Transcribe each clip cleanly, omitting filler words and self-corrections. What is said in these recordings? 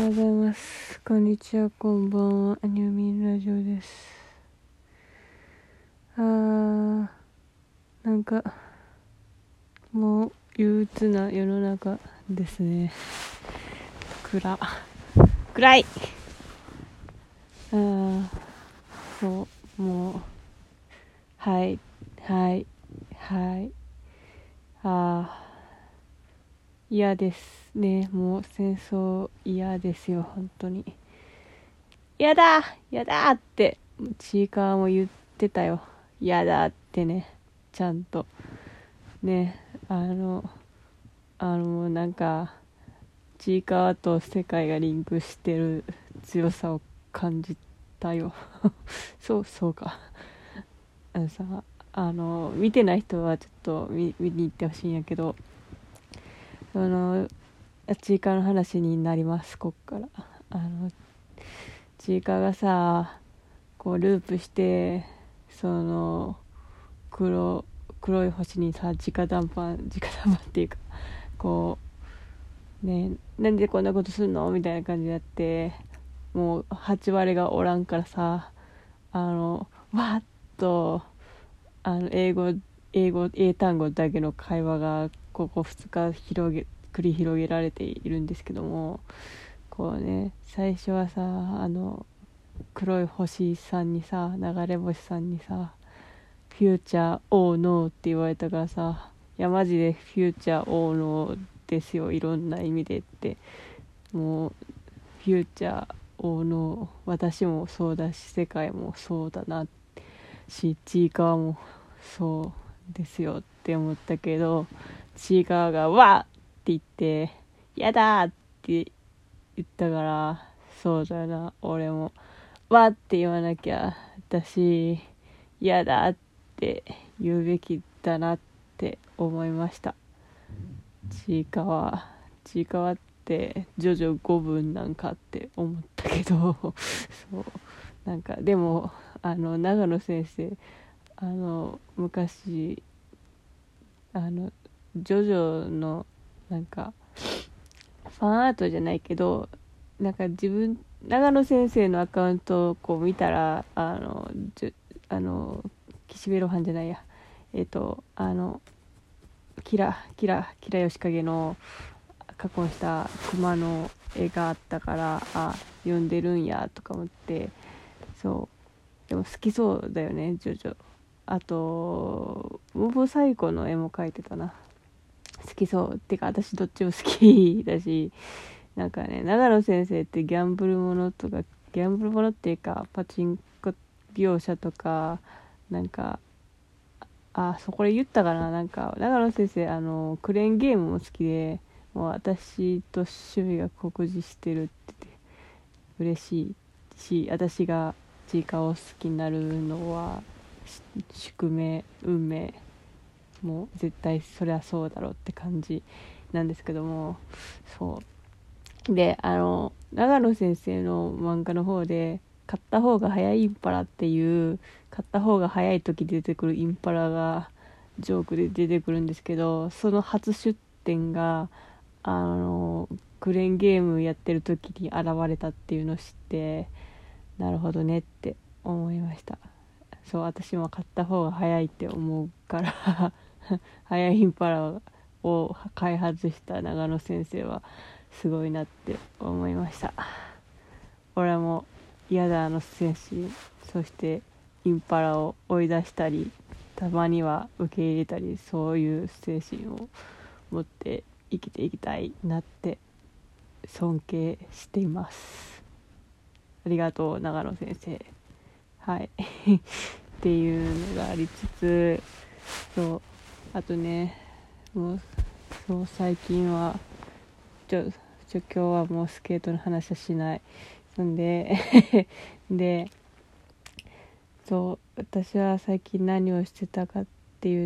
ようございます。こんにちは、こんばんは。アニューミンラジオです。なんかもう憂鬱な世の中ですね。暗い。そうもうはいはいはい嫌ですね。もう戦争嫌ですよ、本当に。やだってちいかわも言ってたよ。やだってね、ちゃんとね。なんかちいかわと世界がリンクしてる強さを感じたよ。そうか。さ、見てない人はちょっと見に行ってほしいんやけど、ちいかわの話になります。こっからちいかわがさ、こうループして、その黒い星にさ、直談判っていうか、こうね、なんでこんなことすんのみたいな感じでやって、もう8割がおらんからさ、わーっと英単語だけの会話がここ2日繰り広げられているんですけども、こうね、最初はさ、黒い星さんにさ、流れ星さんにさ、フューチャーオーノーって言われたからさ、いやマジでフューチャーオーノーですよ、いろんな意味でって。もうフューチャーオーノー、私もそうだし世界もそうだなし、ちいかわもそうですよって思ったけど、ちいかわがわーって言ってやだーって言ったから、そうだな、俺もわーって言わなきゃだし、やだって言うべきだなって思いました。ちいかわってジョジョ5分なんかって思ったけどそうなんかでも長野先生、昔ジョジョのなんかファンアートじゃないけど、なんか長野先生のアカウントをこう見たら、岸辺露伴じゃないや、キラヨシカゲの加工した熊の絵があったから、読んでるんやとか思って。そうでも好きそうだよね、ジョジョ。あとモブサイコの絵も描いてたな。好きそうってか、私どっちも好きだし、なんかね、長野先生ってギャンブルものっていうか、パチンコ描写とか、なんかこれ言ったかな、なんか長野先生クレーンゲームも好きで、もう私と趣味が酷似してるって言って嬉しいし、私がちいかわを好きになるのは宿命運命、もう絶対そりゃそうだろうって感じなんですけども。そうで、長野先生の漫画の方で、買った方が早いインパラっていう、買った方が早い時出てくるインパラがジョークで出てくるんですけど、その初出展がクレーンゲームやってる時に現れたっていうのを知って、なるほどねって思いました。そう、私も買った方が早いって思うから早いインパラを開発した長野先生はすごいなって思いました。俺も嫌だ精神、そしてインパラを追い出したり、たまには受け入れたり、そういう精神を持って生きていきたいなって尊敬しています。ありがとう長野先生。はいっていうのがありつつ、あとね、もう最近は今日はもうスケートの話はしない。そんでで、私は最近何をしてたかっていう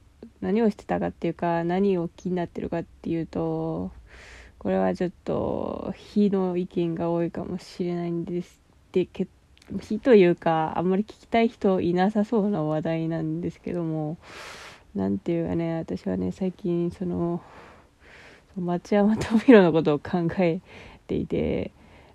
か、何を気になってるかっていうと、これはちょっと非の意見が多いかもしれないんです非というか、あんまり聞きたい人いなさそうな話題なんですけども、なんていうかね、私はね、最近町山智博のことを考えっていて、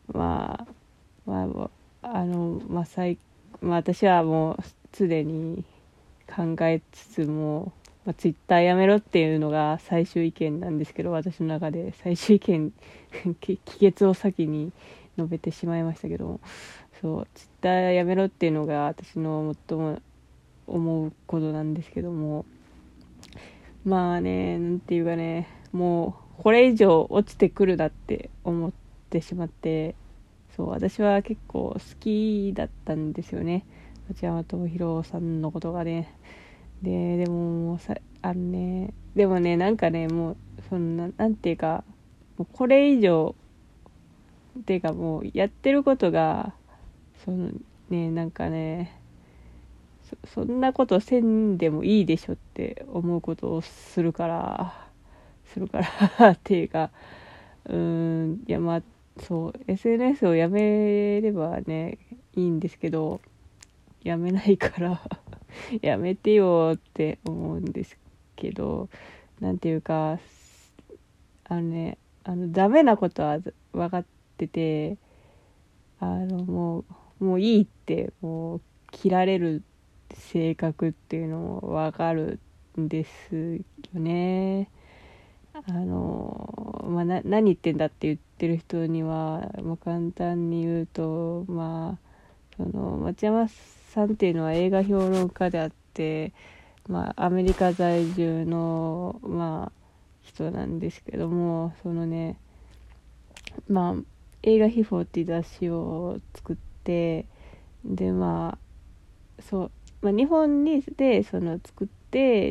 私はもうすでに考えつつも、ツイッターやめろっていうのが最終意見なんですけど、私の中で最終意見帰結を先に述べてしまいましたけど、そうツイッターやめろっていうのが私の最も思うことなんですけども、なんていうかね、もうこれ以上落ちてくるなって思ってしまって、そう私は結構好きだったんですよね、内山智博さんのことがね。でももうさでもね、なんかね、もうそんな、なんていうか、もうこれ以上っていうか、もうやってることがなんかね、そんなことせんでもいいでしょって思うことをするからっていうか、いやそう SNS をやめればねいいんですけど、やめないからやめてよって思うんですけど、なんていうか、ダメなことは分かってて、もういいって、もう切られる性格っていうのも分かるんですよね。何言ってんだって言ってる人には、簡単に言うと、町山さんっていうのは映画評論家であって、アメリカ在住の、人なんですけども、映画秘宝っていう雑誌を作って、で日本で作って、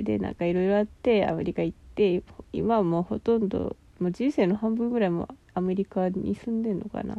でなんかいろいろあってアメリカ行って、今はもうほとんどもう人生の半分ぐらいもアメリカに住んでんのかな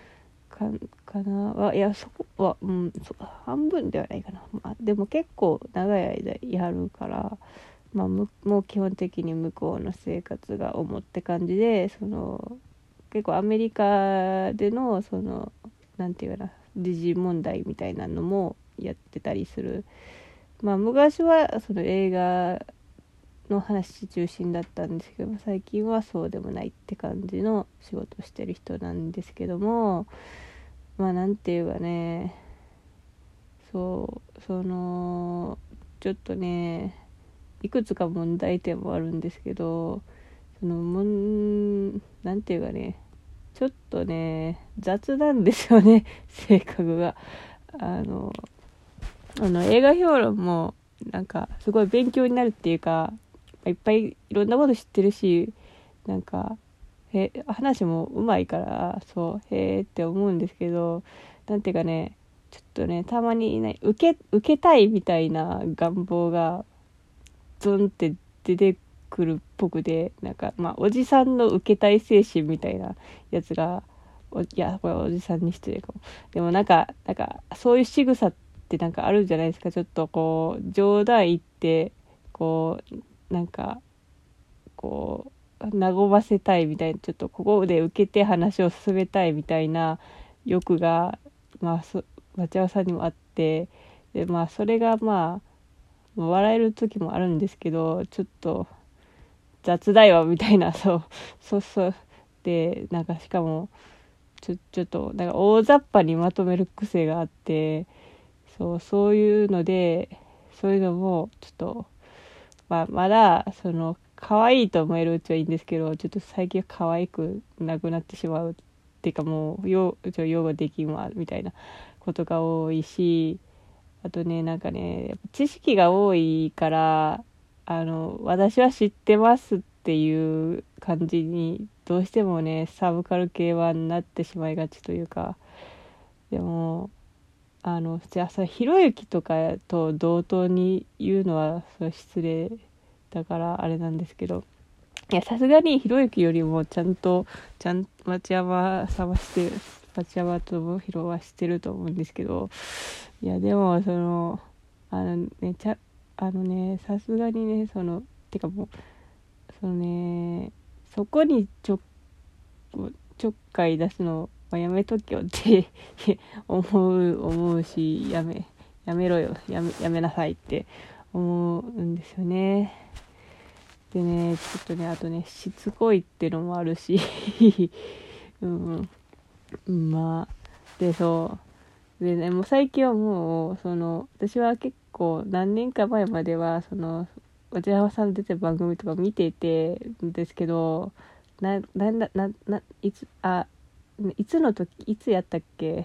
いや、そこは半分ではないかな、でも結構長い間やるから、もう基本的に向こうの生活が主って感じで、結構アメリカでのなんていうかな、時事問題みたいなのもやってたりする。昔はその映画の話中心だったんですけど、最近はそうでもないって感じの仕事をしてる人なんですけども、なんていうかね、ちょっとね、いくつか問題点もあるんですけど、なんていうかね、ちょっとね雑なんですよね性格が。映画評論もなんかすごい勉強になるっていうか、いっぱいいろんなこと知ってるし、なんか話もうまいから、そうへーって思うんですけど、なんていうかね、ちょっとね、たまに受けたいみたいな願望がゾンって出てくるっぽくで、なんかおじさんの受けたい精神みたいなやつが、いやこれおじさんに失礼かも、でもなんかそういう仕草ってなんかあるじゃないですか。ちょっとこう冗談言って、こうなんかこう和ませたいみたいな、ちょっとここで受けて話を進めたいみたいな欲が町山さんにもあって、でそれが笑える時もあるんですけど、ちょっと雑だよみたいな、そうで、なんかしかもちょっとなんか大雑把にまとめる癖があって、そういうので、そういうのもちょっとまだ可愛いと思えるうちはいいんですけど、ちょっと最近は可愛くなくなってしまうっていうか、もう擁護できんわみたいなことが多いし、あとね、なんかね、やっぱ知識が多いから、私は知ってますっていう感じにどうしてもね、サブカル系はなってしまいがちというか。でもじゃあひろゆきとかと同等に言うのは失礼だからあれなんですけど、いやさすがにひろゆきよりもちゃん町山さんはしてる、町山智博はしてると思うんですけど、いやでもさすがにね、てかもうそこにちょっかい出すのやめとけよって思うし、やめろよ、やめなさいって思うんですよね。でね、ちょっとね、あとね、しつこいってのもあるしうんうん、まあででね、もう最近はもう私は結構何年か前までは内山さん出てる番組とか見ててんですけど、いつの時いつやったっけ、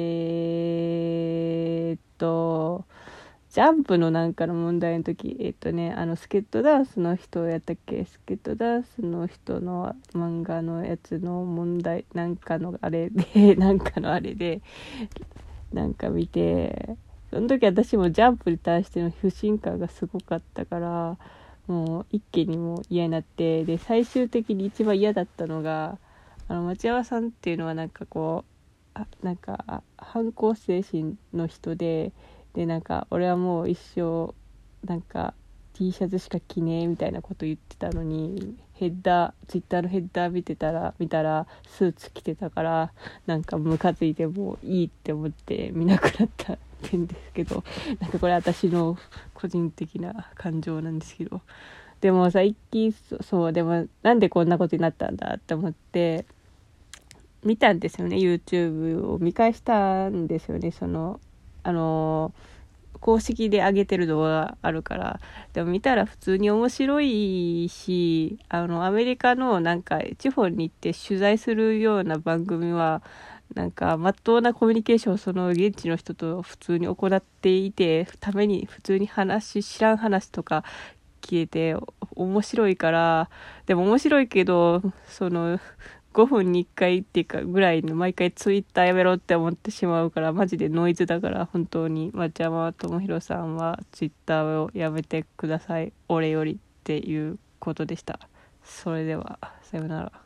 ジャンプのなんかの問題の時、スケットダンスの人やったっけ、スケットダンスの人の漫画のやつの問題なんかのあれでなんかのあれでなんか見て、その時私もジャンプに対しての不信感がすごかったから、もう一気にもう嫌になって、で最終的に一番嫌だったのが、町山さんっていうのはなんかなんか反抗精神の人でなんか俺はもう一生なんか T シャツしか着ねえみたいなこと言ってたのに、ツイッターのヘッダー見たらスーツ着てたから、なんかムカついてもういいって思って見なくなったってんですけど、なんかこれ私の個人的な感情なんですけど、でも最近でもなんでこんなことになったんだって思って見たんですよね。 YouTube を見返したんですよね。あの公式で上げてる動画があるから。でも見たら普通に面白いし、アメリカのなんか地方に行って取材するような番組はなんかまっとうなコミュニケーションをその現地の人と普通に行っていて、ために普通に知らん話とか聞いて面白いから。でも面白いけど5分に1回っていうかぐらいの毎回ツイッターやめろって思ってしまうから、マジでノイズだから、本当に町山智博さんはツイッターをやめてください、俺よりっていうことでした。それではさようなら。